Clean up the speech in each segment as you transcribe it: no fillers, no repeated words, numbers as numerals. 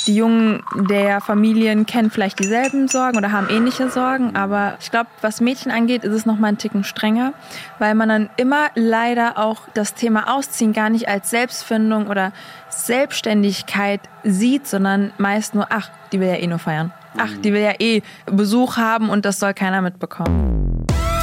die Jungen der Familien kennen vielleicht dieselben Sorgen oder haben ähnliche Sorgen, aber ich glaube, was Mädchen angeht, ist es noch mal einen Ticken strenger, weil man dann immer leider auch das Thema Ausziehen gar nicht als Selbstfindung oder Selbstständigkeit sieht, sondern meist nur, ach, die will ja eh nur feiern. Ach, die will ja eh Besuch haben und das soll keiner mitbekommen.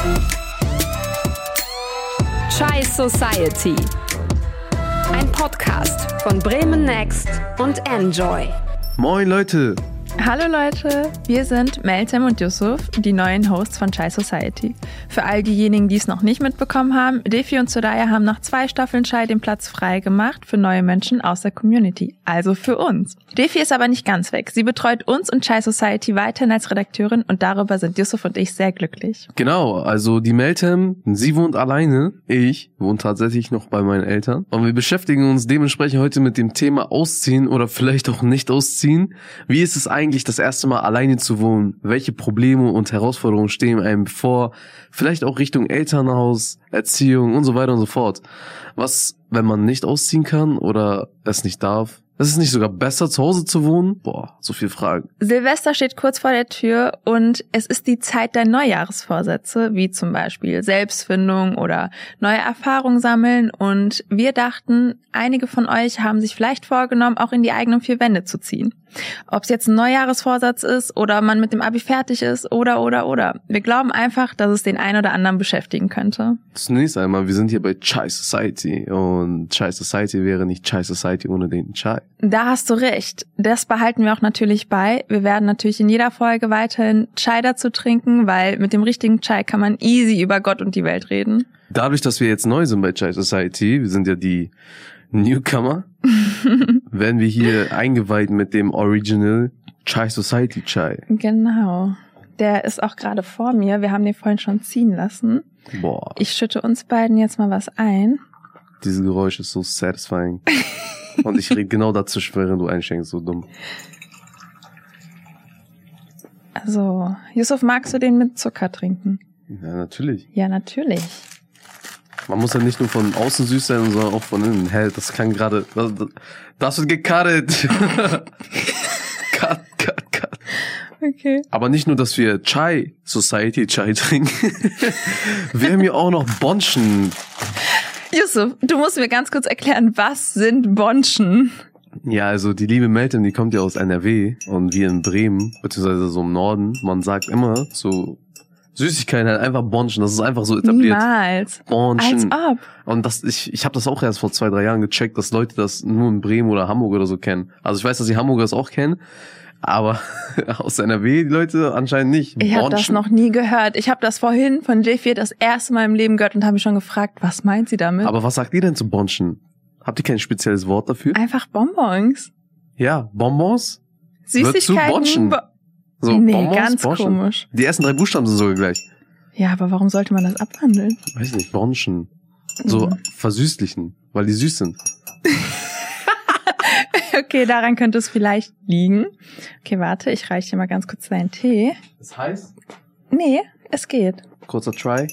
Chai Society. Ein Podcast von Bremen Next und Enjoy. Moin Leute! Hallo Leute, wir sind Meltem und Yusuf, die neuen Hosts von Chai Society. Für all diejenigen, die es noch nicht mitbekommen haben, Defi und Soraya haben nach 2 Staffeln Chai den Platz frei gemacht für neue Menschen aus der Community, also für uns. Defi ist aber nicht ganz weg. Sie betreut uns und Chai Society weiterhin als Redakteurin und darüber sind Yusuf und ich sehr glücklich. Genau, also die Meltem, sie wohnt alleine, ich wohne tatsächlich noch bei meinen Eltern und wir beschäftigen uns dementsprechend heute mit dem Thema Ausziehen oder vielleicht auch nicht ausziehen. Wie ist es eigentlich, das erste Mal alleine zu wohnen? Welche Probleme und Herausforderungen stehen einem bevor? Vielleicht auch Richtung Elternhaus, Erziehung und so weiter und so fort. Was, wenn man nicht ausziehen kann oder es nicht darf? Ist es nicht sogar besser, zu Hause zu wohnen? Boah, so viele Fragen. Silvester steht kurz vor der Tür und es ist die Zeit der Neujahrsvorsätze, wie zum Beispiel Selbstfindung oder neue Erfahrungen sammeln. Und wir dachten, einige von euch haben sich vielleicht vorgenommen, auch in die eigenen 4 Wände zu ziehen. Ob es jetzt ein Neujahresvorsatz ist oder man mit dem Abi fertig ist oder. Wir glauben einfach, dass es den einen oder anderen beschäftigen könnte. Zunächst einmal, wir sind hier bei Chai Society und Chai Society wäre nicht Chai Society ohne den Chai. Da hast du recht. Das behalten wir auch natürlich bei. Wir werden natürlich in jeder Folge weiterhin Chai dazu trinken, weil mit dem richtigen Chai kann man easy über Gott und die Welt reden. Dadurch, dass wir jetzt neu sind bei Chai Society, wir sind ja die Newcomer, werden wir hier eingeweiht mit dem Original Chai Society Chai. Genau. Der ist auch gerade vor mir. Wir haben den vorhin schon ziehen lassen. Boah. Ich schütte uns beiden jetzt mal was ein. Dieses Geräusch ist so satisfying. Und ich rede genau dazwischen, während du einschenkst, so dumm. Also, Yusuf, magst du den mit Zucker trinken? Ja, natürlich. Ja, natürlich. Man muss ja nicht nur von außen süß sein, sondern auch von innen. Hä, das kann gerade... Das wird gecuttet. Cut. Okay. Aber nicht nur, dass wir Chai Society Chai trinken. Wir haben hier auch noch Bonschen. Yusuf, du musst mir ganz kurz erklären, was sind Bonschen? Ja, also die liebe Meltem, die kommt ja aus NRW und wir in Bremen, beziehungsweise so im Norden. Man sagt immer so Süßigkeiten halt einfach Bonschen, das ist einfach so etabliert. Niemals. Bonschen. Als ob. Und das, ich habe das auch erst vor 2-3 Jahren gecheckt, dass Leute das nur in Bremen oder Hamburg oder so kennen. Also ich weiß, dass die Hamburger das auch kennen, aber aus NRW die Leute anscheinend nicht. Ich habe das noch nie gehört. Ich habe das vorhin von J4 das erste Mal im Leben gehört und habe mich schon gefragt, was meint sie damit? Aber was sagt ihr denn zu Bonschen? Habt ihr kein spezielles Wort dafür? Einfach Bonbons. Ja, Bonbons? Süßigkeiten. Wird zu Bonschen. So, nee, Bonbons, ganz Bonschen. komisch. Die ersten 3 Buchstaben sind sogar gleich. Ja, aber warum sollte man das abwandeln? Weiß nicht, Bonschen. So versüßlichen, weil die süß sind. Okay, daran könnte es vielleicht liegen. Okay, warte, ich reiche dir mal ganz kurz deinen Tee. Ist heiß? Nee, es geht. Kurzer Try.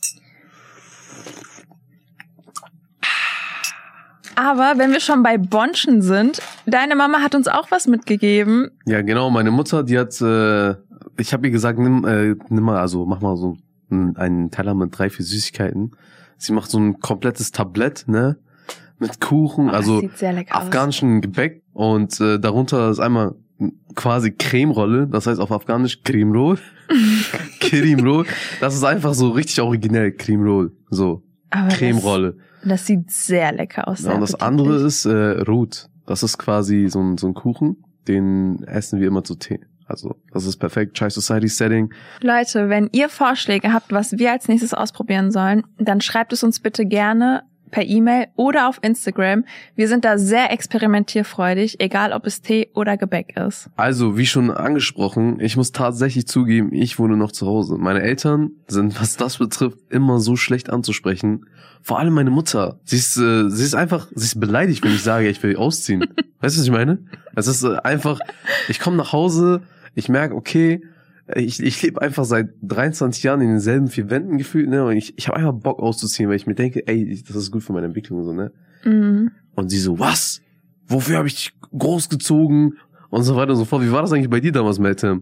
Aber wenn wir schon bei Bonschen sind, deine Mama hat uns auch was mitgegeben. Ja, genau, meine Mutter, die hat, ich habe ihr gesagt, nimm mal, also mach mal so einen Teller mit 3-4 Süßigkeiten. Sie macht so ein komplettes Tablett, ne? Mit Kuchen, also sieht sehr lecker afghanischen Gebäck und darunter ist einmal quasi Cremerolle, das heißt auf Afghanisch Cremeroll. Cremeroll, das ist einfach so richtig originell, Cremeroll, so Aber Cremerolle. Das sieht sehr lecker aus. Ja, und das andere ist Rut, das ist quasi so ein Kuchen, den essen wir immer zu Tee. Also, das ist perfekt. Chai Society Setting. Leute, wenn ihr Vorschläge habt, was wir als nächstes ausprobieren sollen, dann schreibt es uns bitte gerne per E-Mail oder auf Instagram. Wir sind da sehr experimentierfreudig, egal ob es Tee oder Gebäck ist. Also, wie schon angesprochen, ich muss tatsächlich zugeben, ich wohne noch zu Hause. Meine Eltern sind, was das betrifft, immer so schlecht anzusprechen. Vor allem meine Mutter. Sie ist beleidigt, wenn ich sage, ich will ausziehen. Weißt du, was ich meine? Es ist einfach, ich komme nach Hause, ich merke, okay, ich lebe einfach seit 23 Jahren in denselben 4 Wänden gefühlt, ne? Und ich habe einfach Bock auszuziehen, weil ich mir denke, ey, das ist gut für meine Entwicklung, so, ne? Mhm. Und sie so, was? Wofür habe ich dich großgezogen? und so weiter und so fort. Wie war das eigentlich bei dir damals, Meltem?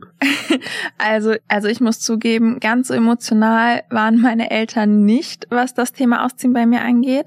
Also ich muss zugeben, ganz so emotional waren meine Eltern nicht, was das Thema Ausziehen bei mir angeht.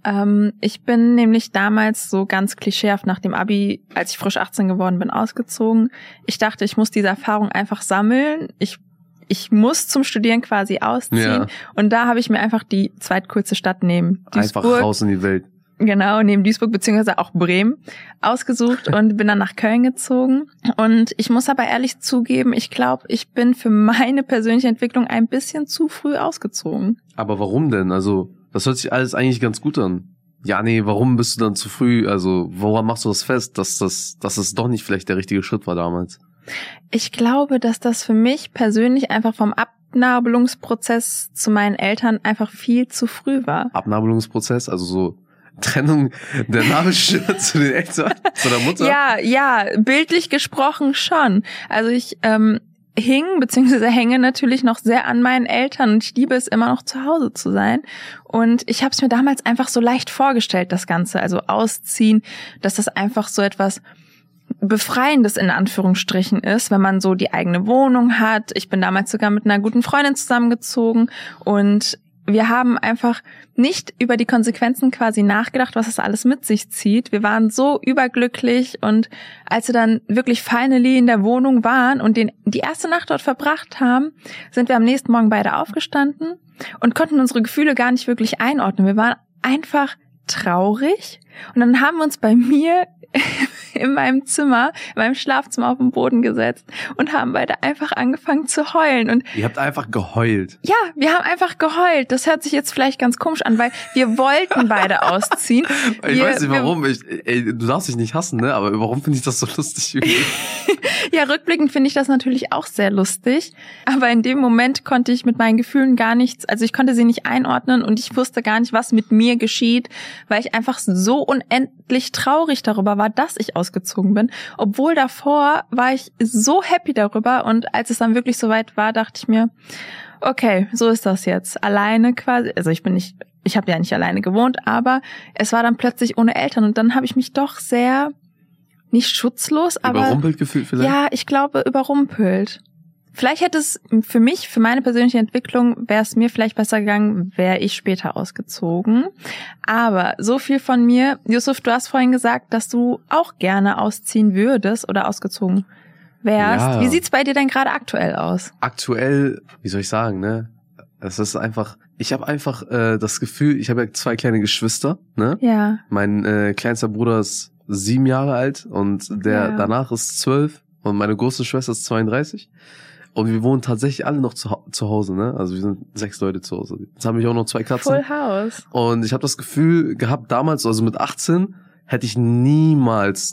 Ich bin nämlich damals so ganz klischeehaft nach dem Abi, als ich frisch 18 geworden bin, ausgezogen. Ich dachte, ich muss diese Erfahrung einfach sammeln. Ich muss zum Studieren quasi ausziehen. Ja. Und da habe ich mir einfach die zweitcoolste Stadt neben Duisburg, einfach raus in die Welt. Genau, neben Duisburg beziehungsweise auch Bremen ausgesucht und bin dann nach Köln gezogen. Und ich muss aber ehrlich zugeben, ich glaube, ich bin für meine persönliche Entwicklung ein bisschen zu früh ausgezogen. Aber warum denn? Also, das hört sich alles eigentlich ganz gut an. Ja, nee, warum bist du dann zu früh? Also, woran machst du das fest, dass es doch nicht vielleicht der richtige Schritt war damals? Ich glaube, dass das für mich persönlich einfach vom Abnabelungsprozess zu meinen Eltern einfach viel zu früh war. Abnabelungsprozess, also so Trennung der Nabelschnur zu den Eltern, zu der Mutter? Ja, bildlich gesprochen schon. Also ich hing bzw. hänge natürlich noch sehr an meinen Eltern und ich liebe es immer noch zu Hause zu sein. Und ich habe es mir damals einfach so leicht vorgestellt, das Ganze, also ausziehen, dass das einfach so etwas Befreiendes in Anführungsstrichen ist, wenn man so die eigene Wohnung hat. Ich bin damals sogar mit einer guten Freundin zusammengezogen und wir haben einfach nicht über die Konsequenzen quasi nachgedacht, was das alles mit sich zieht. Wir waren so überglücklich und als wir dann wirklich finally in der Wohnung waren und die erste Nacht dort verbracht haben, sind wir am nächsten Morgen beide aufgestanden und konnten unsere Gefühle gar nicht wirklich einordnen. Wir waren einfach traurig und dann haben wir uns bei mir in meinem Schlafzimmer auf den Boden gesetzt und haben beide einfach angefangen zu heulen. Und ihr habt einfach geheult? Ja, wir haben einfach geheult. Das hört sich jetzt vielleicht ganz komisch an, weil wir wollten beide ausziehen. Ich weiß nicht warum. Du darfst dich nicht hassen, ne? Aber warum finde ich das so lustig? Ja, rückblickend finde ich das natürlich auch sehr lustig. Aber in dem Moment konnte ich mit meinen Gefühlen gar nichts, also ich konnte sie nicht einordnen und ich wusste gar nicht, was mit mir geschieht, weil ich einfach so unendlich traurig darüber war, dass ich ausgezogen bin. Obwohl davor war ich so happy darüber und als es dann wirklich soweit war, dachte ich mir, okay, so ist das jetzt. Alleine quasi, also ich habe ja nicht alleine gewohnt, aber es war dann plötzlich ohne Eltern und dann habe ich mich doch sehr, nicht schutzlos, aber überrumpelt gefühlt vielleicht? Ja, ich glaube überrumpelt. Vielleicht hätte es für mich, für meine persönliche Entwicklung, wäre es mir vielleicht besser gegangen, wäre ich später ausgezogen. Aber so viel von mir. Yusuf, du hast vorhin gesagt, dass du auch gerne ausziehen würdest oder ausgezogen wärst. Ja. Wie sieht's bei dir denn gerade aktuell aus? Aktuell, wie soll ich sagen, ne? Es ist einfach, ich habe einfach das Gefühl, ich habe ja 2 kleine Geschwister, ne? Ja. Mein kleinster Bruder ist 7 Jahre alt und der danach ist 12 und meine große Schwester ist 32. Und wir wohnen tatsächlich alle noch zu Hause, ne? Also wir sind 6 Leute zu Hause. Jetzt habe ich auch noch 2 Katzen. Full House. Und ich habe das Gefühl gehabt, damals, also mit 18, hätte ich niemals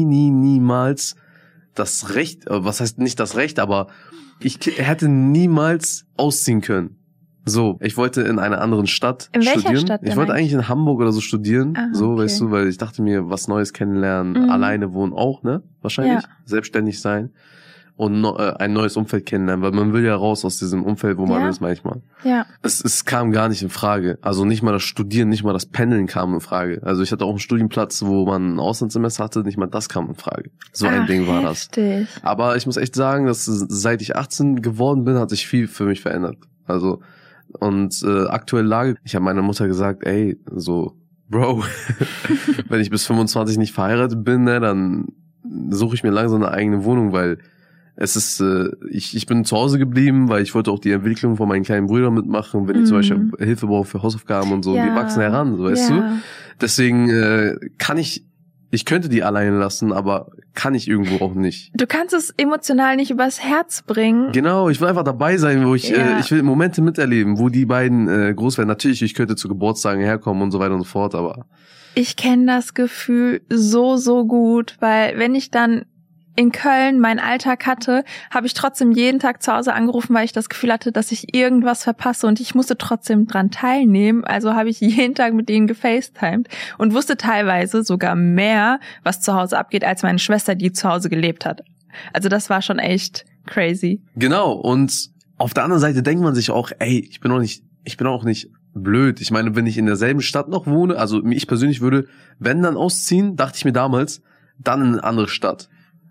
das Recht, was heißt nicht das Recht, aber ich hätte niemals ausziehen können. So, ich wollte in einer anderen Stadt in studieren. Welcher Stadt denn ich wollte eigentlich in Hamburg oder so studieren, so, okay. Weißt du, weil ich dachte mir, was Neues kennenlernen, alleine wohnen auch, ne? Wahrscheinlich, selbstständig sein. Und ein neues Umfeld kennenlernen, weil man will ja raus aus diesem Umfeld, wo man ist manchmal. Ja. Es kam gar nicht in Frage. Also nicht mal das Studieren, nicht mal das Pendeln kam in Frage. Also ich hatte auch einen Studienplatz, wo man ein Auslandssemester hatte, nicht mal das kam in Frage. So ein Ding war heftig. Das. Aber ich muss echt sagen, dass seit ich 18 geworden bin, hat sich viel für mich verändert. Also und aktuelle Lage, ich habe meiner Mutter gesagt, ey, so, Bro, wenn ich bis 25 nicht verheiratet bin, ne, dann suche ich mir langsam eine eigene Wohnung, weil es ist, ich bin zu Hause geblieben, weil ich wollte auch die Entwicklung von meinen kleinen Brüdern mitmachen, wenn die zum Beispiel Hilfe brauchen für Hausaufgaben und so. Die wachsen heran, so, weißt du? Deswegen ich könnte die alleine lassen, aber kann ich irgendwo auch nicht. Du kannst es emotional nicht übers Herz bringen. Genau, ich will einfach dabei sein, wo ich will Momente miterleben, wo die beiden groß werden. Natürlich, ich könnte zu Geburtstagen herkommen und so weiter und so fort, aber ich kenne das Gefühl so gut, weil wenn ich dann in Köln meinen Alltag hatte, habe ich trotzdem jeden Tag zu Hause angerufen, weil ich das Gefühl hatte, dass ich irgendwas verpasse und ich musste trotzdem dran teilnehmen. Also habe ich jeden Tag mit denen gefacetimed und wusste teilweise sogar mehr, was zu Hause abgeht, als meine Schwester, die zu Hause gelebt hat. Also das war schon echt crazy. Genau, und auf der anderen Seite denkt man sich auch, ey, ich bin auch nicht blöd. Ich meine, wenn ich in derselben Stadt noch wohne, also ich persönlich würde, wenn dann ausziehen, dachte ich mir damals, dann in eine andere Stadt.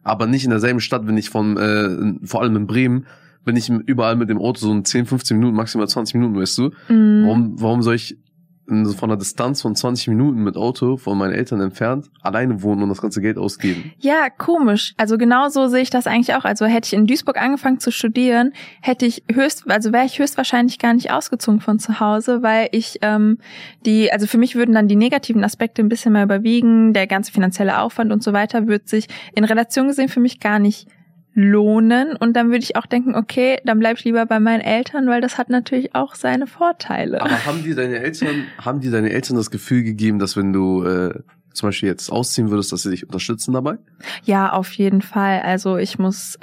aber nicht in derselben Stadt, wenn ich vor allem in Bremen, bin ich überall mit dem Auto so in 10, 15 Minuten, maximal 20 Minuten, weißt du? Warum soll ich von einer Distanz von 20 Minuten mit Auto von meinen Eltern entfernt alleine wohnen und das ganze Geld ausgeben? Ja, komisch. Also genau so sehe ich das eigentlich auch. Also hätte ich in Duisburg angefangen zu studieren, wäre ich höchstwahrscheinlich gar nicht ausgezogen von zu Hause, weil ich also für mich würden dann die negativen Aspekte ein bisschen mehr überwiegen, der ganze finanzielle Aufwand und so weiter wird sich in Relation gesehen für mich gar nicht lohnen und dann würde ich auch denken, okay, dann bleib ich lieber bei meinen Eltern, weil das hat natürlich auch seine Vorteile. Aber haben dir deine Eltern das Gefühl gegeben, dass wenn du zum Beispiel jetzt ausziehen würdest, dass sie dich unterstützen dabei? Ja, auf jeden Fall. Also ich muss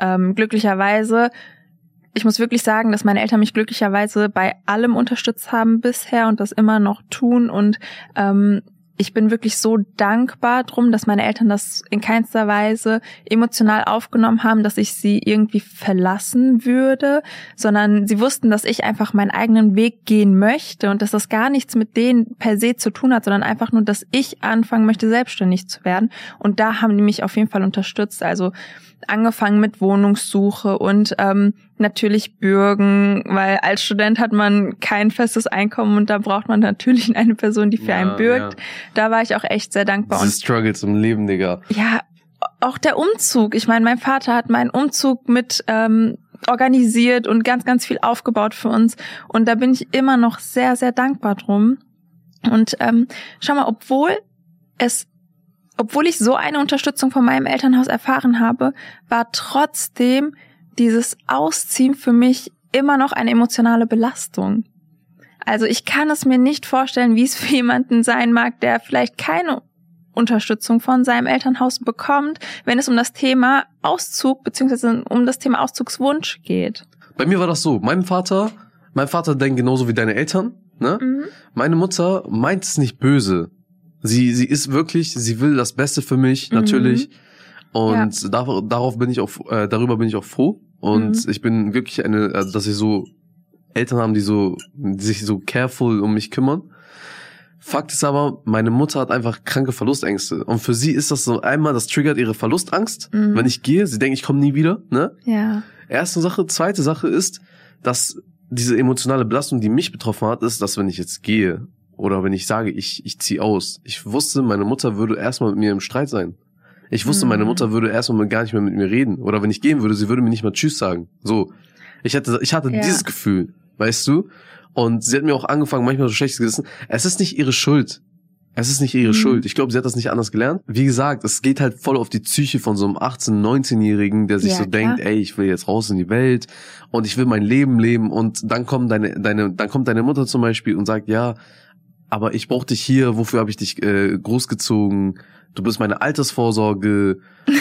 wirklich sagen, dass meine Eltern mich glücklicherweise bei allem unterstützt haben bisher und das immer noch tun und ich bin wirklich so dankbar drum, dass meine Eltern das in keinster Weise emotional aufgenommen haben, dass ich sie irgendwie verlassen würde, sondern sie wussten, dass ich einfach meinen eigenen Weg gehen möchte und dass das gar nichts mit denen per se zu tun hat, sondern einfach nur, dass ich anfangen möchte, selbstständig zu werden. Und da haben die mich auf jeden Fall unterstützt. Also angefangen mit Wohnungssuche und natürlich Bürgen, weil als Student hat man kein festes Einkommen und da braucht man natürlich eine Person, die für einen bürgt. Ja. Da war ich auch echt sehr dankbar. Diese Struggles im Leben, Digga. Ja, auch der Umzug. Ich meine, mein Vater hat meinen Umzug mit organisiert und ganz, ganz viel aufgebaut für uns und da bin ich immer noch sehr, sehr dankbar drum. Und schau mal, obwohl ich so eine Unterstützung von meinem Elternhaus erfahren habe, war trotzdem dieses Ausziehen für mich immer noch eine emotionale Belastung. Also ich kann es mir nicht vorstellen, wie es für jemanden sein mag, der vielleicht keine Unterstützung von seinem Elternhaus bekommt, wenn es um das Thema Auszug bzw. um das Thema Auszugswunsch geht. Bei mir war das so. Mein Vater denkt genauso wie deine Eltern, ne? Mhm. Meine Mutter meint es nicht böse. Sie ist wirklich, sie will das Beste für mich, natürlich. Und darüber bin ich auch froh. Und ich bin wirklich dass ich so Eltern haben, die sich so careful um mich kümmern. Fakt ist aber, meine Mutter hat einfach kranke Verlustängste. Und für sie ist das so einmal, das triggert ihre Verlustangst. Wenn ich gehe, sie denkt, ich komme nie wieder, ne? Ja. Erste Sache. Zweite Sache ist, dass diese emotionale Belastung, die mich betroffen hat, ist, dass wenn ich jetzt gehe, oder wenn ich sage, ich ziehe aus. Ich wusste, meine Mutter würde erstmal mit mir im Streit sein. Ich wusste, meine Mutter würde erstmal gar nicht mehr mit mir reden. Oder wenn ich gehen würde, sie würde mir nicht mal Tschüss sagen. So. Ich hatte dieses Gefühl, weißt du? Und sie hat mir auch angefangen, manchmal so schlechtes Gewissen. Es ist nicht ihre Schuld. Schuld. Ich glaube, sie hat das nicht anders gelernt. Wie gesagt, es geht halt voll auf die Psyche von so einem 18-, 19-Jährigen, der sich denkt, ey, ich will jetzt raus in die Welt und ich will mein Leben leben. Und dann kommt deine Mutter zum Beispiel und sagt, ja, aber ich brauche dich hier, wofür habe ich dich großgezogen? Du bist meine Altersvorsorge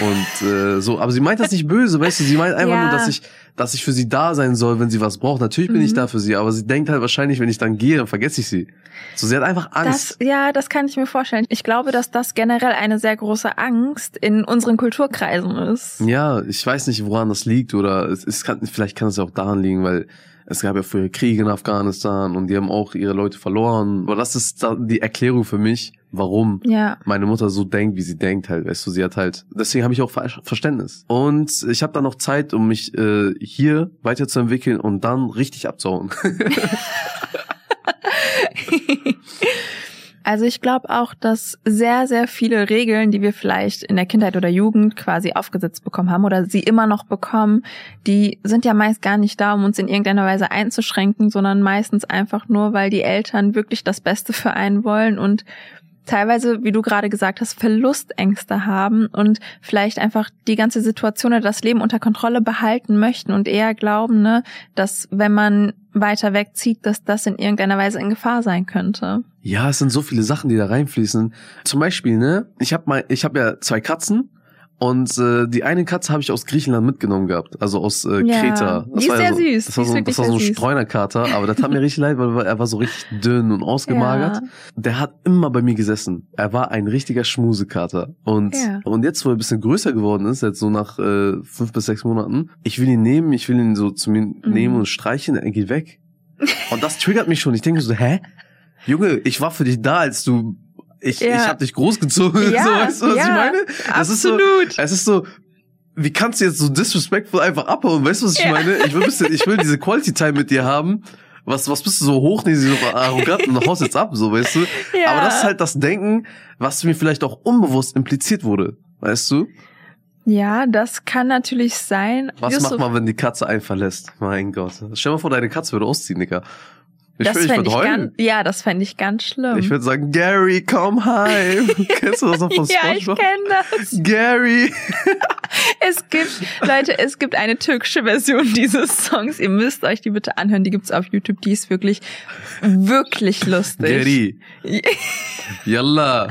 und so. Aber sie meint das nicht böse, weißt du? Sie meint einfach nur, dass ich für sie da sein soll, wenn sie was braucht. Natürlich bin ich da für sie, aber sie denkt halt wahrscheinlich, wenn ich dann gehe, dann vergesse ich sie. So, sie hat einfach Angst. Das kann ich mir vorstellen. Ich glaube, dass das generell eine sehr große Angst in unseren Kulturkreisen ist. Ja, ich weiß nicht, woran das liegt oder vielleicht kann es ja auch daran liegen, weil es gab ja früher Kriege in Afghanistan und die haben auch ihre Leute verloren. Aber das ist die Erklärung für mich, warum meine Mutter so denkt, wie sie denkt halt. Weißt du, sie hat halt, deswegen habe ich auch Verständnis. Und ich habe dann noch Zeit, um mich hier weiterzuentwickeln und dann richtig abzuhauen. Also ich glaube auch, dass sehr, sehr viele Regeln, die wir vielleicht in der Kindheit oder Jugend quasi aufgesetzt bekommen haben oder sie immer noch bekommen, die sind ja meist gar nicht da, um uns in irgendeiner Weise einzuschränken, sondern meistens einfach nur, weil die Eltern wirklich das Beste für einen wollen und teilweise, wie du gerade gesagt hast, Verlustängste haben und vielleicht einfach die ganze Situation oder das Leben unter Kontrolle behalten möchten und eher glauben, ne, dass wenn man weiter wegzieht, dass das in irgendeiner Weise in Gefahr sein könnte. Ja, es sind so viele Sachen, die da reinfließen. Zum Beispiel, ne, ich hab ja 2 Katzen. Und die eine Katze habe ich aus Griechenland mitgenommen gehabt, also aus Kreta. Die ist sehr süß. Das war so ein Streunerkater, aber das tat mir richtig leid, weil er war so richtig dünn und ausgemagert. Ja. Der hat immer bei mir gesessen. Er war ein richtiger Schmusekater. Und jetzt, wo er ein bisschen größer geworden ist, jetzt so nach 5 bis 6 Monaten, ich will ihn so zu mir nehmen und streichen, er geht weg. Und das triggert mich schon. Ich denke so, hä? Junge, ich war für dich da, als du... Ich hab dich großgezogen, so, weißt du, was ich meine? Absolut. Es ist so, wie kannst du jetzt so disrespectful einfach abhauen? Weißt du, was ich meine? Ich will diese Quality Time mit dir haben. Was bist du so hochnäsig, so arrogant und haust jetzt ab, so, weißt du? Ja. Aber das ist halt das Denken, was mir vielleicht auch unbewusst impliziert wurde, weißt du? Ja, das kann natürlich sein. Was Yusuf, macht man, wenn die Katze einen verlässt? Mein Gott. Stell dir mal vor, deine Katze würde ausziehen, Digga. das fände ich ganz schlimm. Ich würde sagen, Gary, komm heim. Kennst du das noch von Ja, ich SpongeBob? kenne das. Gary. Es gibt eine türkische Version dieses Songs. Ihr müsst euch die bitte anhören. Die gibt's auf YouTube. Die ist wirklich, wirklich lustig. Gary. Yalla.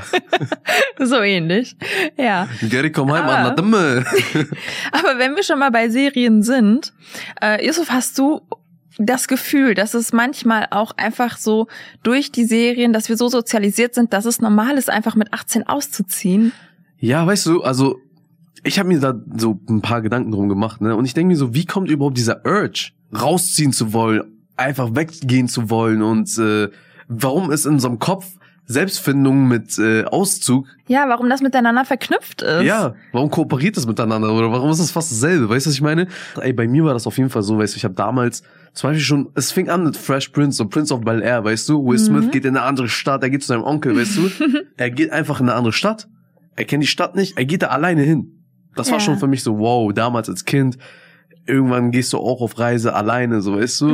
So ähnlich. Ja. Gary, komm heim, Aber- Anna Dimme. Aber wenn wir schon mal bei Serien sind, Yusuf, hast du das Gefühl, dass es manchmal auch einfach so durch die Serien, dass wir so sozialisiert sind, dass es normal ist, einfach mit 18 auszuziehen? Ja, weißt du, also ich habe mir da so ein paar Gedanken drum gemacht, ne? Und ich denke mir so, wie kommt überhaupt dieser Urge, rausziehen zu wollen, einfach weggehen zu wollen und warum ist in unserem Kopf Selbstfindung mit Auszug? Ja, warum das miteinander verknüpft ist? Ja, warum kooperiert das miteinander oder warum ist das fast dasselbe? Weißt du, was ich meine? Ey, bei mir war das auf jeden Fall so, weißt du, ich habe damals zum Beispiel schon, es fing an mit Fresh Prince und Prince of Bel-Air, weißt du? Will Smith geht in eine andere Stadt, er geht zu seinem Onkel, weißt du? Er geht einfach in eine andere Stadt, er kennt die Stadt nicht, er geht da alleine hin. Das war Ja. schon für mich so, wow, damals als Kind, irgendwann gehst du auch auf Reise alleine, so, weißt du?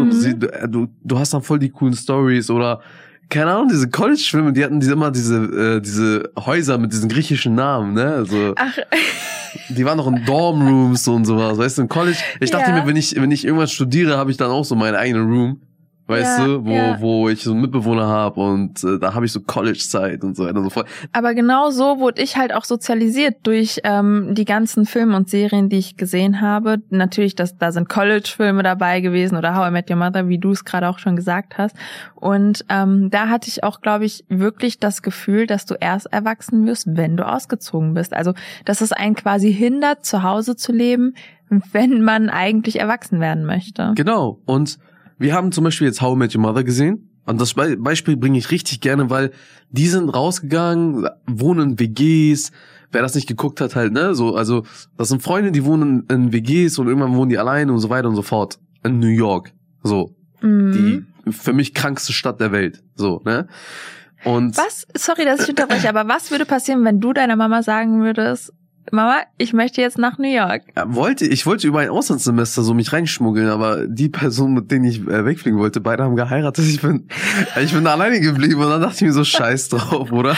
Du hast dann voll die coolen Stories oder keine Ahnung, diese College-Filme, die hatten immer diese Häuser mit diesen griechischen Namen, ne? Also, Ach, die waren noch in Dorm-Rooms und sowas, weißt du, im College. Ich dachte Ja. mir, wenn ich irgendwas studiere, habe ich dann auch so meinen eigenen Room, weißt Ja, du, ja. wo ich so einen Mitbewohner habe und da habe ich so College-Zeit und so weiter und so fort. aber genau so wurde ich halt auch sozialisiert durch die ganzen Filme und Serien, die ich gesehen habe. Natürlich, da sind College-Filme dabei gewesen oder How I Met Your Mother, wie du es gerade auch schon gesagt hast. Und da hatte ich auch, glaube ich, wirklich das Gefühl, dass du erst erwachsen wirst, wenn du ausgezogen bist. Also, dass es einen quasi hindert, zu Hause zu leben, wenn man eigentlich erwachsen werden möchte. Genau. Und wir haben zum Beispiel jetzt How I Met Your Mother gesehen. Und das Beispiel bringe ich richtig gerne, weil die sind rausgegangen, wohnen in WGs. Wer das nicht geguckt hat, halt, ne? So, also, das sind Freunde, die wohnen in WGs und irgendwann wohnen die alleine und so weiter und so fort. In New York. So. Die für mich krankste Stadt der Welt. So, ne? Und Was? Sorry, dass ich unterbreche, aber was würde passieren, wenn du deiner Mama sagen würdest, Mama, ich möchte jetzt nach New York? ja, ich wollte über ein Auslandssemester so mich reinschmuggeln, aber die Person, mit denen ich wegfliegen wollte, beide haben geheiratet. Ich bin alleine geblieben und dann dachte ich mir so, scheiß drauf, oder?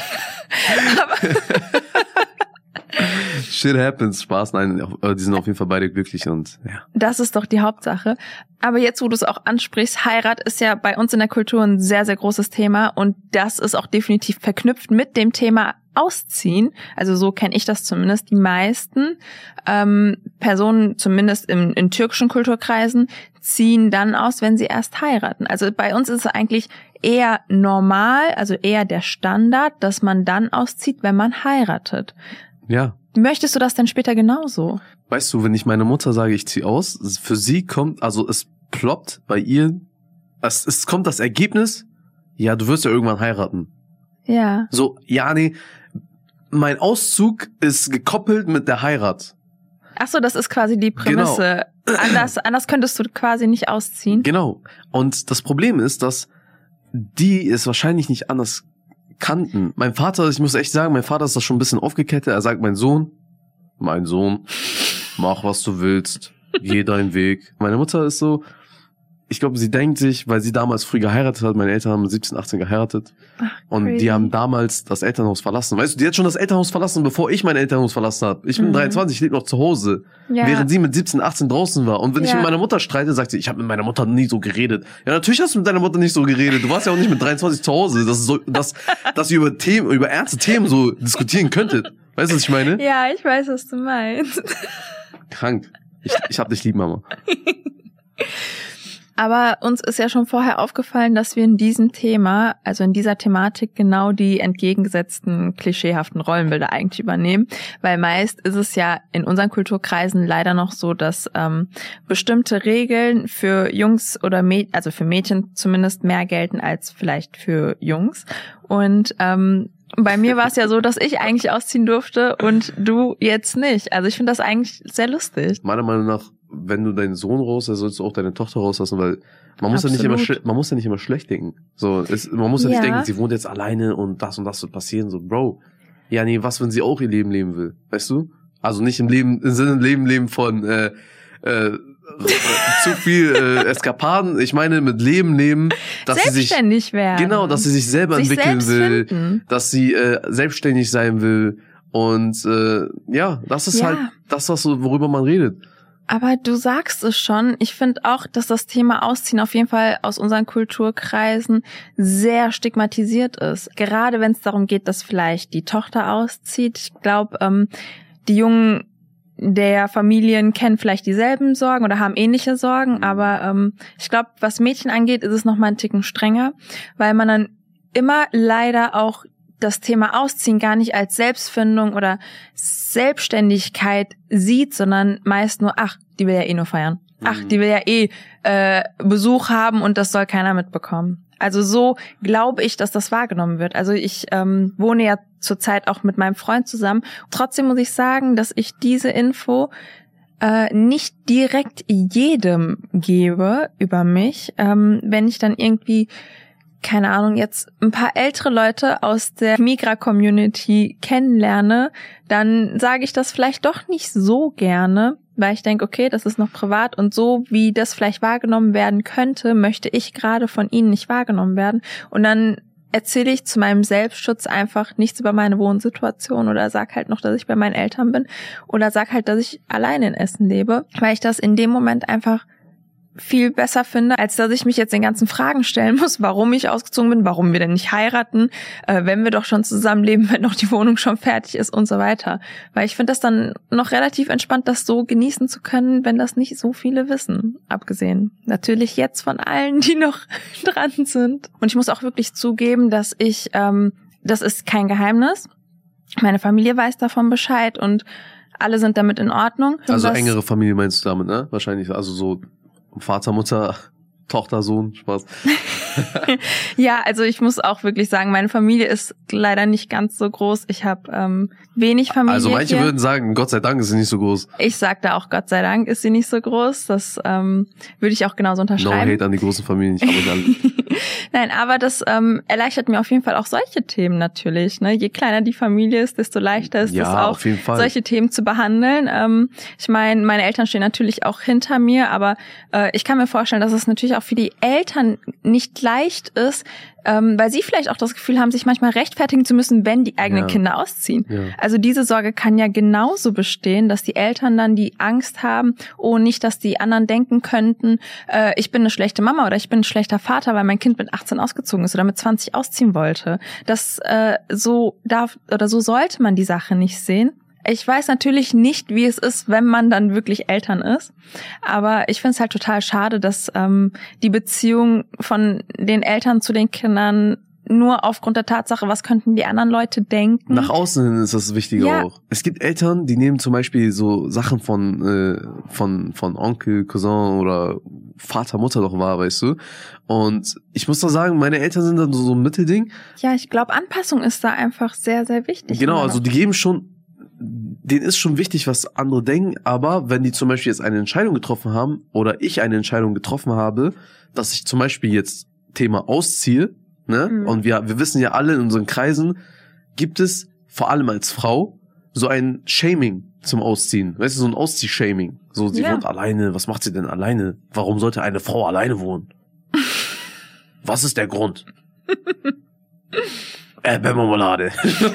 Shit happens, Spaß, nein, die sind auf jeden Fall beide glücklich und ja. Das ist doch die Hauptsache. Aber jetzt, wo du es auch ansprichst, Heirat ist ja bei uns in der Kultur ein sehr, sehr großes Thema und das ist auch definitiv verknüpft mit dem Thema Ausziehen. Also so kenne ich das zumindest. Die meisten Personen, zumindest in türkischen Kulturkreisen, ziehen dann aus, wenn sie erst heiraten. Also bei uns ist es eigentlich eher normal, also eher der Standard, dass man dann auszieht, wenn man heiratet. Ja. Möchtest du das denn später genauso? Weißt du, wenn ich meiner Mutter sage, ich ziehe aus, für sie kommt, also es ploppt bei ihr, es kommt das Ergebnis, ja, du wirst ja irgendwann heiraten. Ja. So, ja, nee, mein Auszug ist gekoppelt mit der Heirat. Ach so, das ist quasi die Prämisse. Genau. Anders könntest du quasi nicht ausziehen. Genau. Und das Problem ist, dass die es wahrscheinlich nicht anders kannten. Mein Vater, ich muss echt sagen, mein Vater ist das schon ein bisschen aufgekettet. Er sagt, mein Sohn, mach was du willst, geh deinen Weg. Meine Mutter ist so, ich glaube, sie denkt sich, weil sie damals früh geheiratet hat, meine Eltern haben mit 17, 18 geheiratet und crazy. die haben damals das Elternhaus verlassen. Weißt du, die hat schon das Elternhaus verlassen, bevor ich mein Elternhaus verlassen habe. Ich bin 23, ich lebe noch zu Hause, Ja. während sie mit 17, 18 draußen war. Und wenn ich Ja. mit meiner Mutter streite, sagt sie, ich habe mit meiner Mutter nie so geredet. Ja, natürlich hast du mit deiner Mutter nicht so geredet. Du warst ja auch nicht mit 23 zu Hause, dass ihr über ernste Themen so diskutieren könntet. Weißt du, was ich meine? Ja, ich weiß, was du meinst. Krank. Ich hab dich lieb, Mama. Aber uns ist ja schon vorher aufgefallen, dass wir in diesem Thema, also in dieser Thematik, genau die entgegengesetzten, klischeehaften Rollenbilder eigentlich übernehmen. Weil meist ist es ja in unseren Kulturkreisen leider noch so, dass bestimmte Regeln für Jungs oder also für Mädchen zumindest mehr gelten als vielleicht für Jungs. Und Bei mir war es ja so, dass ich eigentlich ausziehen durfte und du jetzt nicht. Also ich finde das eigentlich sehr lustig. Meiner Meinung nach, wenn du deinen Sohn rauslässt, sollst du auch deine Tochter rauslassen, weil man muss ja nicht immer schlecht denken. So, man muss ja nicht denken, sie wohnt jetzt alleine und das wird passieren. So, Bro. Ja, nee, was, wenn sie auch ihr Leben leben will? Weißt du? Also nicht im Sinne Leben von zu viel Eskapaden. Ich meine mit Leben, dass selbstständig sie sich werden. Genau, dass sie sich selber entwickeln will, finden. Dass sie selbstständig sein will und das ist halt das, worüber man redet. Aber du sagst es schon. Ich finde auch, dass das Thema Ausziehen auf jeden Fall aus unseren Kulturkreisen sehr stigmatisiert ist. Gerade wenn es darum geht, dass vielleicht die Tochter auszieht. Ich glaube, die Jungen der Familien kennen vielleicht dieselben Sorgen oder haben ähnliche Sorgen, aber ich glaube, was Mädchen angeht, ist es noch mal einen Ticken strenger, weil man dann immer leider auch das Thema Ausziehen gar nicht als Selbstfindung oder Selbstständigkeit sieht, sondern meist nur, die will ja eh nur feiern. Die will ja eh Besuch haben und das soll keiner mitbekommen. Also so glaube ich, dass das wahrgenommen wird. Also ich wohne ja zurzeit auch mit meinem Freund zusammen. Trotzdem muss ich sagen, dass ich diese Info nicht direkt jedem gebe über mich. Wenn ich dann irgendwie, keine Ahnung, jetzt ein paar ältere Leute aus der Migra-Community kennenlerne, dann sage ich das vielleicht doch nicht so gerne, weil ich denke, okay, das ist noch privat und so, wie das vielleicht wahrgenommen werden könnte, möchte ich gerade von ihnen nicht wahrgenommen werden. Und dann erzähle ich zu meinem Selbstschutz einfach nichts über meine Wohnsituation oder sag halt noch, dass ich bei meinen Eltern bin oder sag halt, dass ich alleine in Essen lebe, weil ich das in dem Moment einfach viel besser finde, als dass ich mich jetzt den ganzen Fragen stellen muss, warum ich ausgezogen bin, warum wir denn nicht heiraten, wenn wir doch schon zusammenleben, wenn doch die Wohnung schon fertig ist und so weiter. Weil ich finde das dann noch relativ entspannt, das so genießen zu können, wenn das nicht so viele wissen. Abgesehen natürlich jetzt von allen, die noch dran sind. Und ich muss auch wirklich zugeben, dass ich, das ist kein Geheimnis, meine Familie weiß davon Bescheid und alle sind damit in Ordnung. Also engere Familie meinst du damit, ne? Wahrscheinlich, also so Vater, Mutter, Tochter, Sohn, Spaß. Ja, also ich muss auch wirklich sagen, meine Familie ist leider nicht ganz so groß. Ich habe wenig Familie. Also manche würden sagen, Gott sei Dank ist sie nicht so groß. Ich sag da auch, Gott sei Dank ist sie nicht so groß. Das würde ich auch genauso unterschreiben. No hate an die großen Familien, ich habe alle. Nein, aber das erleichtert mir auf jeden Fall auch solche Themen natürlich. Ne? Je kleiner die Familie ist, desto leichter ist es auch, solche Themen zu behandeln. Ich meine, meine Eltern stehen natürlich auch hinter mir, aber ich kann mir vorstellen, dass es natürlich auch für die Eltern nicht leicht ist, weil sie vielleicht auch das Gefühl haben, sich manchmal rechtfertigen zu müssen, wenn die eigenen Kinder ausziehen. Ja. Also diese Sorge kann ja genauso bestehen, dass die Eltern dann die Angst haben, nicht, dass die anderen denken könnten, ich bin eine schlechte Mama oder ich bin ein schlechter Vater, weil mein Kind mit 18 ausgezogen ist oder mit 20 ausziehen wollte. Das so sollte man die Sache nicht sehen. Ich weiß natürlich nicht, wie es ist, wenn man dann wirklich Eltern ist, aber ich finde es halt total schade, dass die Beziehung von den Eltern zu den Kindern nur aufgrund der Tatsache, was könnten die anderen Leute denken. Nach außen hin ist das Wichtige auch. Es gibt Eltern, die nehmen zum Beispiel so Sachen von Onkel, Cousin oder Vater, Mutter doch wahr, weißt du. Und ich muss doch sagen, meine Eltern sind dann so ein Mittelding. Ja, ich glaube, Anpassung ist da einfach sehr, sehr wichtig. Genau, also die geben schon, denen ist schon wichtig, was andere denken, aber wenn die zum Beispiel jetzt eine Entscheidung getroffen haben oder ich eine Entscheidung getroffen habe, dass ich zum Beispiel jetzt Thema ausziehe, ne? Und wir wissen ja alle in unseren Kreisen, gibt es vor allem als Frau so ein Shaming zum Ausziehen. Weißt du, so ein Auszieh-Shaming. So, sie wohnt alleine. Was macht sie denn alleine? Warum sollte eine Frau alleine wohnen? Was ist der Grund? Marmelade.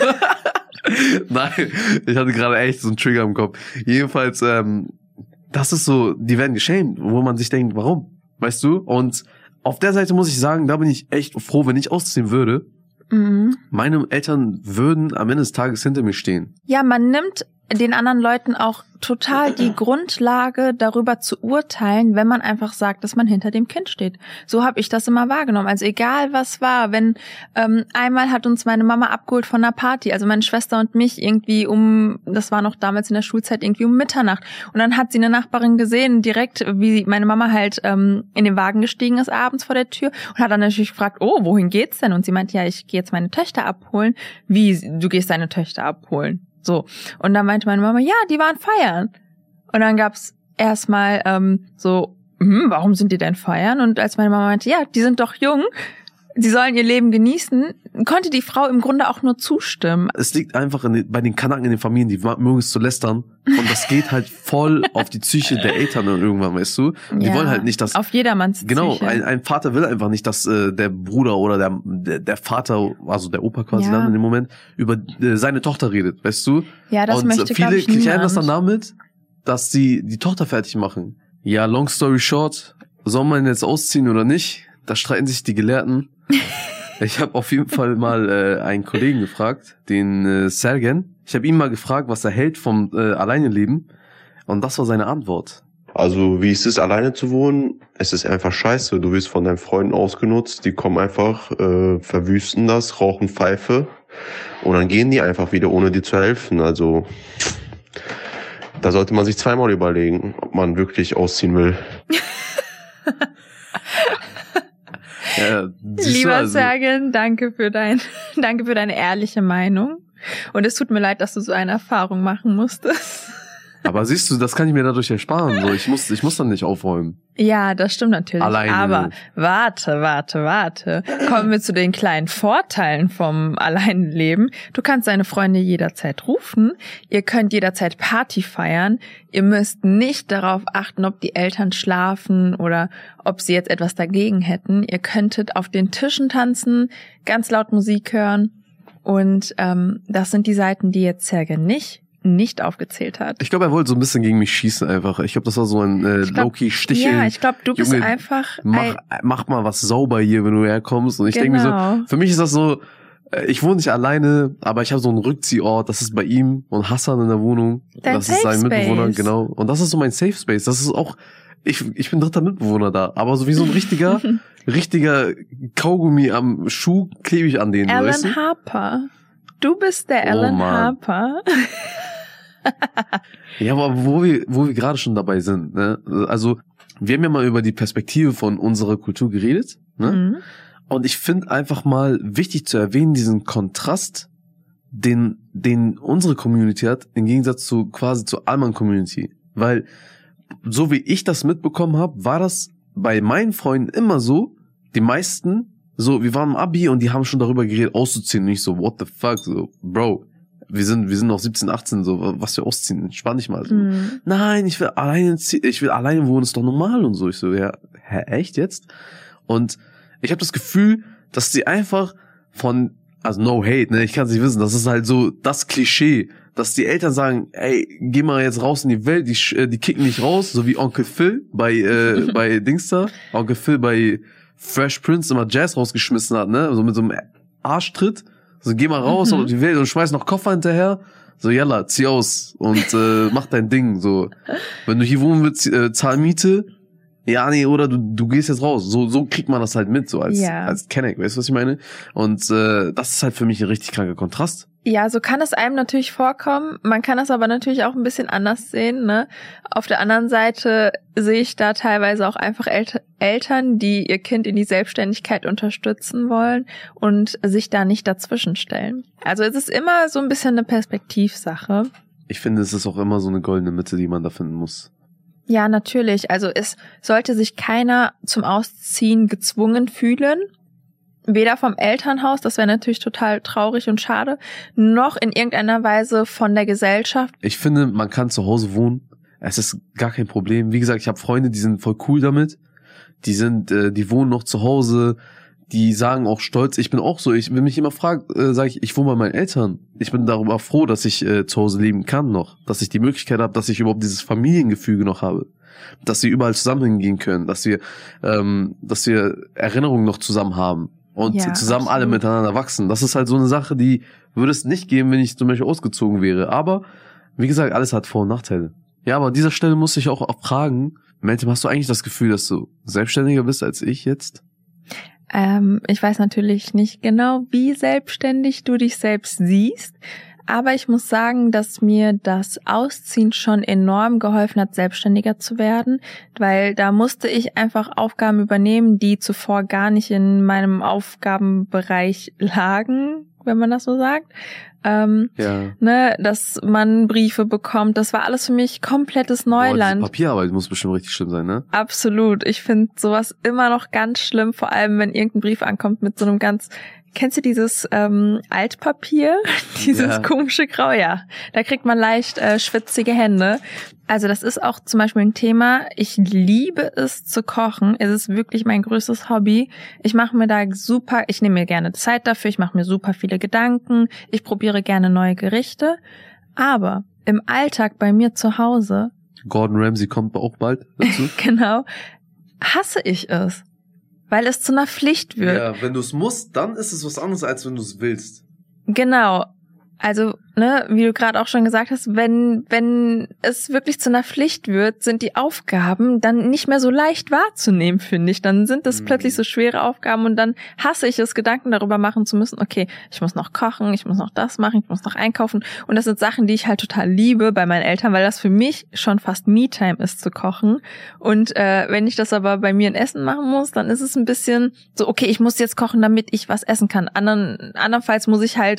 Nein, ich hatte gerade echt so einen Trigger im Kopf. Jedenfalls, das ist so, die werden geschämt, wo man sich denkt, warum? Weißt du? Und auf der Seite muss ich sagen, da bin ich echt froh, wenn ich ausziehen würde. Mhm. Meine Eltern würden am Ende des Tages hinter mir stehen. Ja, man nimmt den anderen Leuten auch total die Grundlage, darüber zu urteilen, wenn man einfach sagt, dass man hinter dem Kind steht. So habe ich das immer wahrgenommen. Also egal was war, wenn einmal hat uns meine Mama abgeholt von einer Party, also meine Schwester und mich irgendwie das war noch damals in der Schulzeit, irgendwie um Mitternacht. Und dann hat sie eine Nachbarin gesehen, direkt wie meine Mama halt in den Wagen gestiegen ist abends vor der Tür und hat dann natürlich gefragt, oh, wohin geht's denn? Und sie meinte, ja, ich gehe jetzt meine Töchter abholen. Wie, du gehst deine Töchter abholen? So. Und dann meinte meine Mama, ja, die waren feiern. Und dann gab's erstmal warum sind die denn feiern? Und als meine Mama meinte, ja, die sind doch jung, sie sollen ihr Leben genießen, konnte die Frau im Grunde auch nur zustimmen. Es liegt einfach bei den Kanaken in den Familien, die mögen es zu lästern. Und das geht halt voll auf die Psyche der Eltern dann irgendwann, weißt du? Die wollen halt nicht, dass... Auf jedermanns Psyche. Genau, ein Vater will einfach nicht, dass der Bruder oder der Vater, also der Opa quasi dann in dem Moment, über seine Tochter redet, weißt du? Ja, das möchte, glaube ich, viele klären das dann damit, dass sie die Tochter fertig machen. Ja, long story short, soll man jetzt ausziehen oder nicht? Da streiten sich die Gelehrten. Ich habe auf jeden Fall mal einen Kollegen gefragt, den Sergen. Ich habe ihn mal gefragt, was er hält vom Alleineleben. Und das war seine Antwort. Also wie es ist, alleine zu wohnen, es ist einfach scheiße. Du wirst von deinen Freunden ausgenutzt. Die kommen einfach, verwüsten das, rauchen Pfeife. Und dann gehen die einfach wieder, ohne dir zu helfen. Also da sollte man sich zweimal überlegen, ob man wirklich ausziehen will. Ja, lieber Sergen, danke für deine ehrliche Meinung. Und es tut mir leid, dass du so eine Erfahrung machen musstest. Aber siehst du, das kann ich mir dadurch ersparen. So, ich muss dann nicht aufräumen. Ja, das stimmt natürlich. Alleine. Aber warte. Kommen wir zu den kleinen Vorteilen vom Alleinleben. Du kannst deine Freunde jederzeit rufen. Ihr könnt jederzeit Party feiern. Ihr müsst nicht darauf achten, ob die Eltern schlafen oder ob sie jetzt etwas dagegen hätten. Ihr könntet auf den Tischen tanzen, ganz laut Musik hören. Und das sind die Seiten, die jetzt Sergen nicht aufgezählt hat. Ich glaube, er wollte so ein bisschen gegen mich schießen einfach. Ich glaube, das war so ein Low-Key-Stich. Ja, ich glaube, du bist Junge, einfach... Mach mal was sauber hier, wenn du herkommst. Und ich denke mir so, für mich ist das so, ich wohne nicht alleine, aber ich habe so einen Rückziehort. Das ist bei ihm und Hassan in der Wohnung. Das ist sein Mitbewohner, genau. Und das ist so mein Safe Space. Das ist auch... Ich bin dritter Mitbewohner da, aber so wie so ein richtiger Kaugummi am Schuh klebe ich an denen. Alan weißt du? Harper. Du bist der Alan Harper. Ja, aber wo wir gerade schon dabei sind, ne? Also, wir haben ja mal über die Perspektive von unserer Kultur geredet, ne? Mhm. Und ich finde einfach mal wichtig zu erwähnen, diesen Kontrast, den unsere Community hat, im Gegensatz zu quasi zur Allmann-Community. Weil, so wie ich das mitbekommen habe, war das bei meinen Freunden immer so, die meisten, so, wir waren im Abi und die haben schon darüber geredet, auszuziehen. Und ich so, what the fuck, so, Bro, wir sind noch 17, 18, so, was wir ausziehen, entspann dich mal. So. Mhm. Nein, ich will alleine wohnen, ist doch normal und so. Ich so, ja, hä, echt jetzt? Und ich habe das Gefühl, dass die einfach also no hate, ne, ich kann es nicht wissen, das ist halt so das Klischee, dass die Eltern sagen, ey, geh mal jetzt raus in die Welt, die kicken dich raus, so wie Onkel Phil bei Dingster, Onkel Phil bei Fresh Prince immer Jazz rausgeschmissen hat, ne, so mit so einem Arschtritt. So, geh mal raus auf die Welt und schmeiß noch Koffer hinterher. So, yalla, zieh aus und mach dein Ding. So, wenn du hier wohnen willst, zahl Miete. Ja, nee, oder du gehst jetzt raus. So kriegt man das halt mit, so als Kenneck, weißt du, was ich meine? Und das ist halt für mich ein richtig kranker Kontrast. Ja, so kann es einem natürlich vorkommen. Man kann es aber natürlich auch ein bisschen anders sehen, ne? Auf der anderen Seite sehe ich da teilweise auch einfach Eltern, die ihr Kind in die Selbstständigkeit unterstützen wollen und sich da nicht dazwischen stellen. Also es ist immer so ein bisschen eine Perspektivsache. Ich finde, es ist auch immer so eine goldene Mitte, die man da finden muss. Ja, natürlich. Also es sollte sich keiner zum Ausziehen gezwungen fühlen. Weder vom Elternhaus, das wäre natürlich total traurig und schade, noch in irgendeiner Weise von der Gesellschaft. Ich finde, man kann zu Hause wohnen. Es ist gar kein Problem. Wie gesagt, ich habe Freunde, die sind voll cool damit. Die wohnen noch zu Hause. Die sagen auch stolz, ich bin auch so. Wenn mich jemand fragt, sage ich wohne bei meinen Eltern. Ich bin darüber froh, dass ich zu Hause leben kann noch. Dass ich die Möglichkeit habe, dass ich überhaupt dieses Familiengefüge noch habe. Dass wir überall zusammen hingehen können. Dass wir Erinnerungen noch zusammen haben. Und zusammen alle miteinander wachsen. Das ist halt so eine Sache, die würde es nicht geben, wenn ich zum Beispiel ausgezogen wäre. Aber wie gesagt, alles hat Vor- und Nachteile. Ja, aber an dieser Stelle muss ich auch fragen, Meltem, hast du eigentlich das Gefühl, dass du selbstständiger bist als ich jetzt? Ich weiß natürlich nicht genau, wie selbstständig du dich selbst siehst, aber ich muss sagen, dass mir das Ausziehen schon enorm geholfen hat, selbstständiger zu werden, weil da musste ich einfach Aufgaben übernehmen, die zuvor gar nicht in meinem Aufgabenbereich lagen, wenn man das so sagt. Dass man Briefe bekommt, das war alles für mich komplettes Neuland. Boah, Papierarbeit muss bestimmt richtig schlimm sein, ne? Absolut. Ich finde sowas immer noch ganz schlimm, vor allem wenn irgendein Brief ankommt mit so einem kennst du dieses Altpapier? Dieses komische Grau, ja. Da kriegt man leicht schwitzige Hände. Also das ist auch zum Beispiel ein Thema. Ich liebe es zu kochen. Es ist wirklich mein größtes Hobby. Ich nehme mir gerne Zeit dafür. Ich mache mir super viele Gedanken. Ich probiere gerne neue Gerichte. Aber im Alltag bei mir zu Hause. Gordon Ramsay kommt auch bald dazu. Genau. Hasse ich es. Weil es zu einer Pflicht wird. Ja, wenn du es musst, dann ist es was anderes, als wenn du es willst. Genau. Also, wie du gerade auch schon gesagt hast, wenn es wirklich zu einer Pflicht wird, sind die Aufgaben dann nicht mehr so leicht wahrzunehmen, finde ich. Dann sind es plötzlich so schwere Aufgaben und dann hasse ich es, Gedanken darüber machen zu müssen, okay, ich muss noch kochen, ich muss noch das machen, ich muss noch einkaufen. Und das sind Sachen, die ich halt total liebe bei meinen Eltern, weil das für mich schon fast Me-Time ist zu kochen. Und wenn ich das aber bei mir in Essen machen muss, dann ist es ein bisschen so, okay, ich muss jetzt kochen, damit ich was essen kann. Andernfalls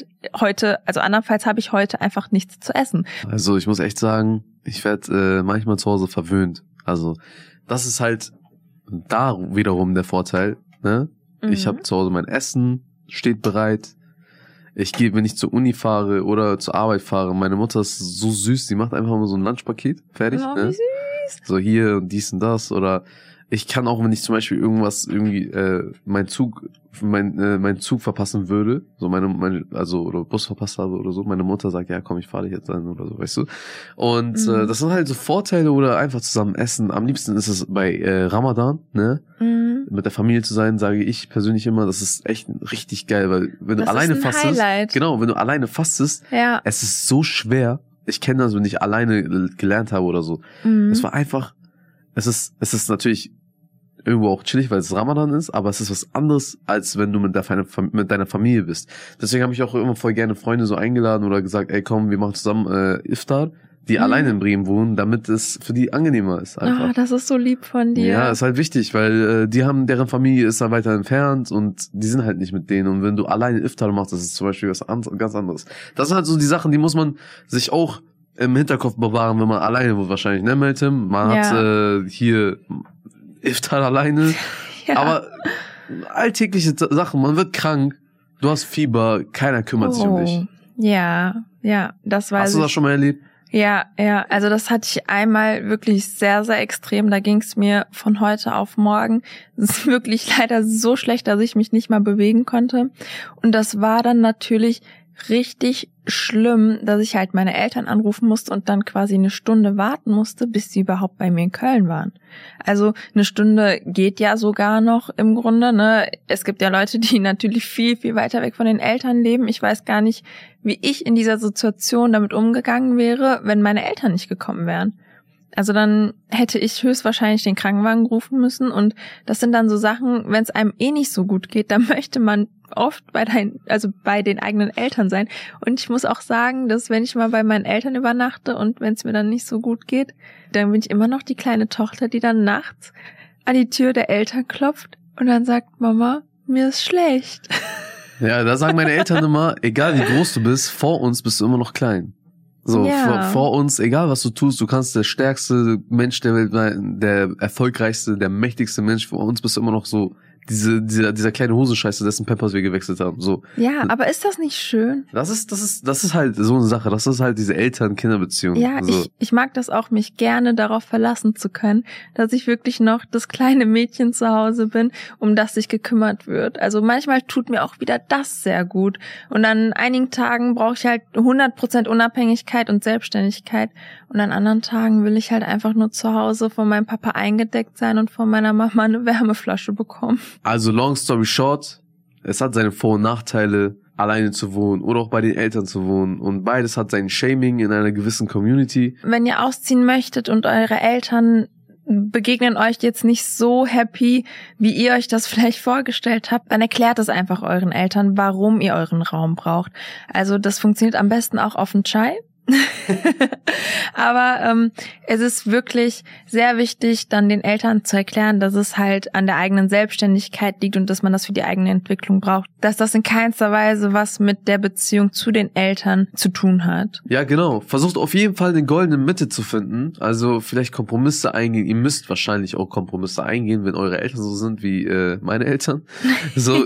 habe ich heute einfach nichts zu essen. Also ich muss echt sagen, ich werde manchmal zu Hause verwöhnt. Also das ist halt da wiederum der Vorteil. Ne? Ich habe zu Hause mein Essen, steht bereit. Ich gehe, wenn ich zur Uni fahre oder zur Arbeit fahre, meine Mutter ist so süß, die macht einfach mal so ein Lunchpaket, fertig. Oh, ne? wie süß. So hier und dies und das. Oder ich kann auch, wenn ich zum Beispiel meinen Zug verpassen würde, so oder Bus verpasst habe oder so, meine Mutter sagt, ja komm, ich fahre dich jetzt an oder so, weißt du. Und das sind halt so Vorteile oder einfach zusammen essen. Am liebsten ist es bei Ramadan, ne? Mit der Familie zu sein, sage ich persönlich immer, das ist echt richtig geil, weil wenn du alleine fastest, wenn du alleine fastest, es ist so schwer. Ich kenne das, wenn ich alleine gelernt habe oder so. Es war einfach, es ist natürlich irgendwo auch chillig, weil es Ramadan ist, aber es ist was anderes, als wenn du mit deiner Familie bist. Deswegen habe ich auch immer voll gerne Freunde so eingeladen oder gesagt, ey komm, wir machen zusammen Iftar, die alleine in Bremen wohnen, damit es für die angenehmer ist einfach. Ah, das ist so lieb von dir. Ja, ist halt wichtig, weil deren Familie ist da weiter entfernt und die sind halt nicht mit denen. Und wenn du alleine Iftar machst, das ist zum Beispiel ganz anderes. Das sind halt so die Sachen, die muss man sich auch im Hinterkopf bewahren, wenn man alleine wohnt wahrscheinlich, ne Meltem? Man hat hier Iftar alleine, aber alltägliche Sachen, man wird krank, du hast Fieber, keiner kümmert sich um dich. Ja, das weiß ich. Hast du das schon mal erlebt? Ja, also das hatte ich einmal wirklich sehr, sehr extrem, da ging es mir von heute auf morgen. Es ist wirklich leider so schlecht, dass ich mich nicht mal bewegen konnte. Und das war dann natürlich richtig schlimm, dass ich halt meine Eltern anrufen musste und dann quasi eine Stunde warten musste, bis sie überhaupt bei mir in Köln waren. Also eine Stunde geht ja sogar noch im Grunde, ne? Es gibt ja Leute, die natürlich viel, viel weiter weg von den Eltern leben. Ich weiß gar nicht, wie ich in dieser Situation damit umgegangen wäre, wenn meine Eltern nicht gekommen wären. Also dann hätte ich höchstwahrscheinlich den Krankenwagen rufen müssen und das sind dann so Sachen, wenn es einem nicht so gut geht, dann möchte man oft bei den eigenen Eltern sein. Und ich muss auch sagen, dass wenn ich mal bei meinen Eltern übernachte und wenn es mir dann nicht so gut geht, dann bin ich immer noch die kleine Tochter, die dann nachts an die Tür der Eltern klopft und dann sagt, Mama, mir ist schlecht. Ja, da sagen meine Eltern immer, egal wie groß du bist, vor uns bist du immer noch klein. So, vor uns, egal was du tust, du kannst der stärkste Mensch der Welt sein, der erfolgreichste, der mächtigste Mensch, vor uns bist du immer noch so dieser kleine Hosenscheiße, dessen Pampers wir gewechselt haben. So. Ja, aber ist das nicht schön? Das ist halt so eine Sache. Das ist halt diese Eltern-Kinder-Beziehung. Ja, so. Ich mag das auch, mich gerne darauf verlassen zu können, dass ich wirklich noch das kleine Mädchen zu Hause bin, um das sich gekümmert wird. Also manchmal tut mir auch wieder das sehr gut. Und an einigen Tagen brauche ich halt 100% Unabhängigkeit und Selbstständigkeit. Und an anderen Tagen will ich halt einfach nur zu Hause von meinem Papa eingedeckt sein und von meiner Mama eine Wärmeflasche bekommen. Also long story short, es hat seine Vor- und Nachteile, alleine zu wohnen oder auch bei den Eltern zu wohnen. Und beides hat sein Shaming in einer gewissen Community. Wenn ihr ausziehen möchtet und eure Eltern begegnen euch jetzt nicht so happy, wie ihr euch das vielleicht vorgestellt habt, dann erklärt es einfach euren Eltern, warum ihr euren Raum braucht. Also das funktioniert am besten auch auf dem Chai. Aber es ist wirklich sehr wichtig, dann den Eltern zu erklären, dass es halt an der eigenen Selbstständigkeit liegt und dass man das für die eigene Entwicklung braucht. Dass das in keinster Weise was mit der Beziehung zu den Eltern zu tun hat. Ja, genau. Versucht auf jeden Fall eine goldene Mitte zu finden. Also vielleicht Kompromisse eingehen. Ihr müsst wahrscheinlich auch Kompromisse eingehen, wenn eure Eltern so sind wie meine Eltern. So,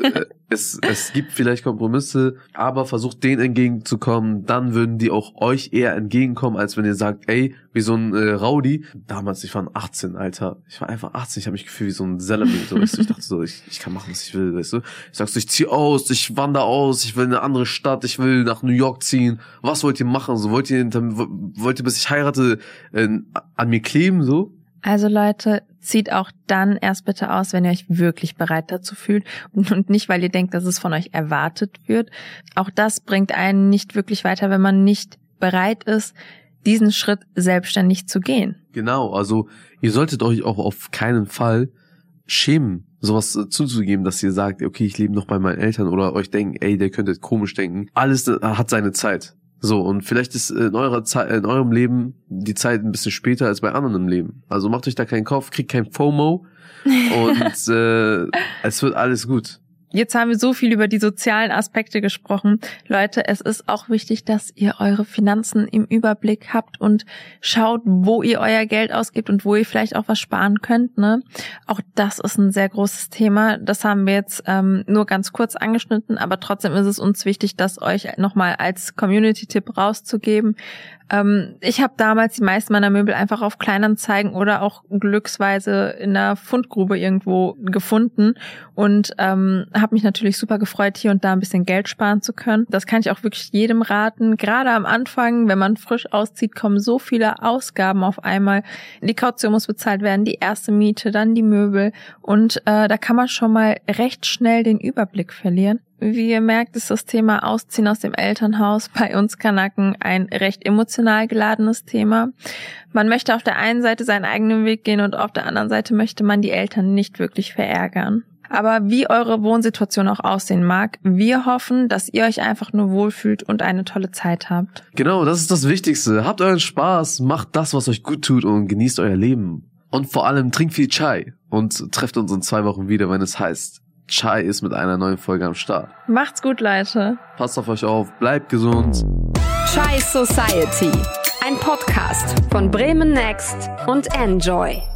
es gibt vielleicht Kompromisse, aber versucht denen entgegenzukommen. Dann würden die auch euch eher entgegenkommen, als wenn ihr sagt, ey, wie so ein Rowdy. Damals, ich war 18, Alter. Ich war einfach 18. Ich habe mich gefühlt wie so ein Sellerman. So, weißt du? Ich dachte so, ich kann machen, was ich will. Weißt du? Ich sag so, ich zieh aus, ich wandere aus, ich will in eine andere Stadt, ich will nach New York ziehen. Was wollt ihr machen? So, wollt ihr bis ich heirate an mir kleben? So? Also Leute, zieht auch dann erst bitte aus, wenn ihr euch wirklich bereit dazu fühlt und nicht, weil ihr denkt, dass es von euch erwartet wird. Auch das bringt einen nicht wirklich weiter, wenn man nicht bereit ist, diesen Schritt selbstständig zu gehen. Genau, also ihr solltet euch auch auf keinen Fall schämen, sowas zuzugeben, dass ihr sagt, okay, ich lebe noch bei meinen Eltern oder euch denken, ey, der könnte komisch denken. Alles hat seine Zeit. So, und vielleicht ist in eurem Leben die Zeit ein bisschen später als bei anderen im Leben. Also macht euch da keinen Kopf, kriegt kein FOMO und es wird alles gut. Jetzt haben wir so viel über die sozialen Aspekte gesprochen. Leute, es ist auch wichtig, dass ihr eure Finanzen im Überblick habt und schaut, wo ihr euer Geld ausgibt und wo ihr vielleicht auch was sparen könnt, ne? Auch das ist ein sehr großes Thema. Das haben wir jetzt nur ganz kurz angeschnitten, aber trotzdem ist es uns wichtig, das euch nochmal als Community-Tipp rauszugeben. Ich habe damals die meisten meiner Möbel einfach auf Kleinanzeigen oder auch glücksweise in einer Fundgrube irgendwo gefunden und habe mich natürlich super gefreut, hier und da ein bisschen Geld sparen zu können. Das kann ich auch wirklich jedem raten. Gerade am Anfang, wenn man frisch auszieht, kommen so viele Ausgaben auf einmal. Die Kaution muss bezahlt werden, die erste Miete, dann die Möbel und da kann man schon mal recht schnell den Überblick verlieren. Wie ihr merkt, ist das Thema Ausziehen aus dem Elternhaus bei uns Kanaken ein recht emotional geladenes Thema. Man möchte auf der einen Seite seinen eigenen Weg gehen und auf der anderen Seite möchte man die Eltern nicht wirklich verärgern. Aber wie eure Wohnsituation auch aussehen mag, wir hoffen, dass ihr euch einfach nur wohlfühlt und eine tolle Zeit habt. Genau, das ist das Wichtigste. Habt euren Spaß, macht das, was euch gut tut und genießt euer Leben. Und vor allem trinkt viel Chai und trefft uns in 2 Wochen wieder, wenn es heißt, Chai ist mit einer neuen Folge am Start. Macht's gut, Leute. Passt auf euch auf, bleibt gesund. Chai Society, ein Podcast von Bremen Next und Enjoy.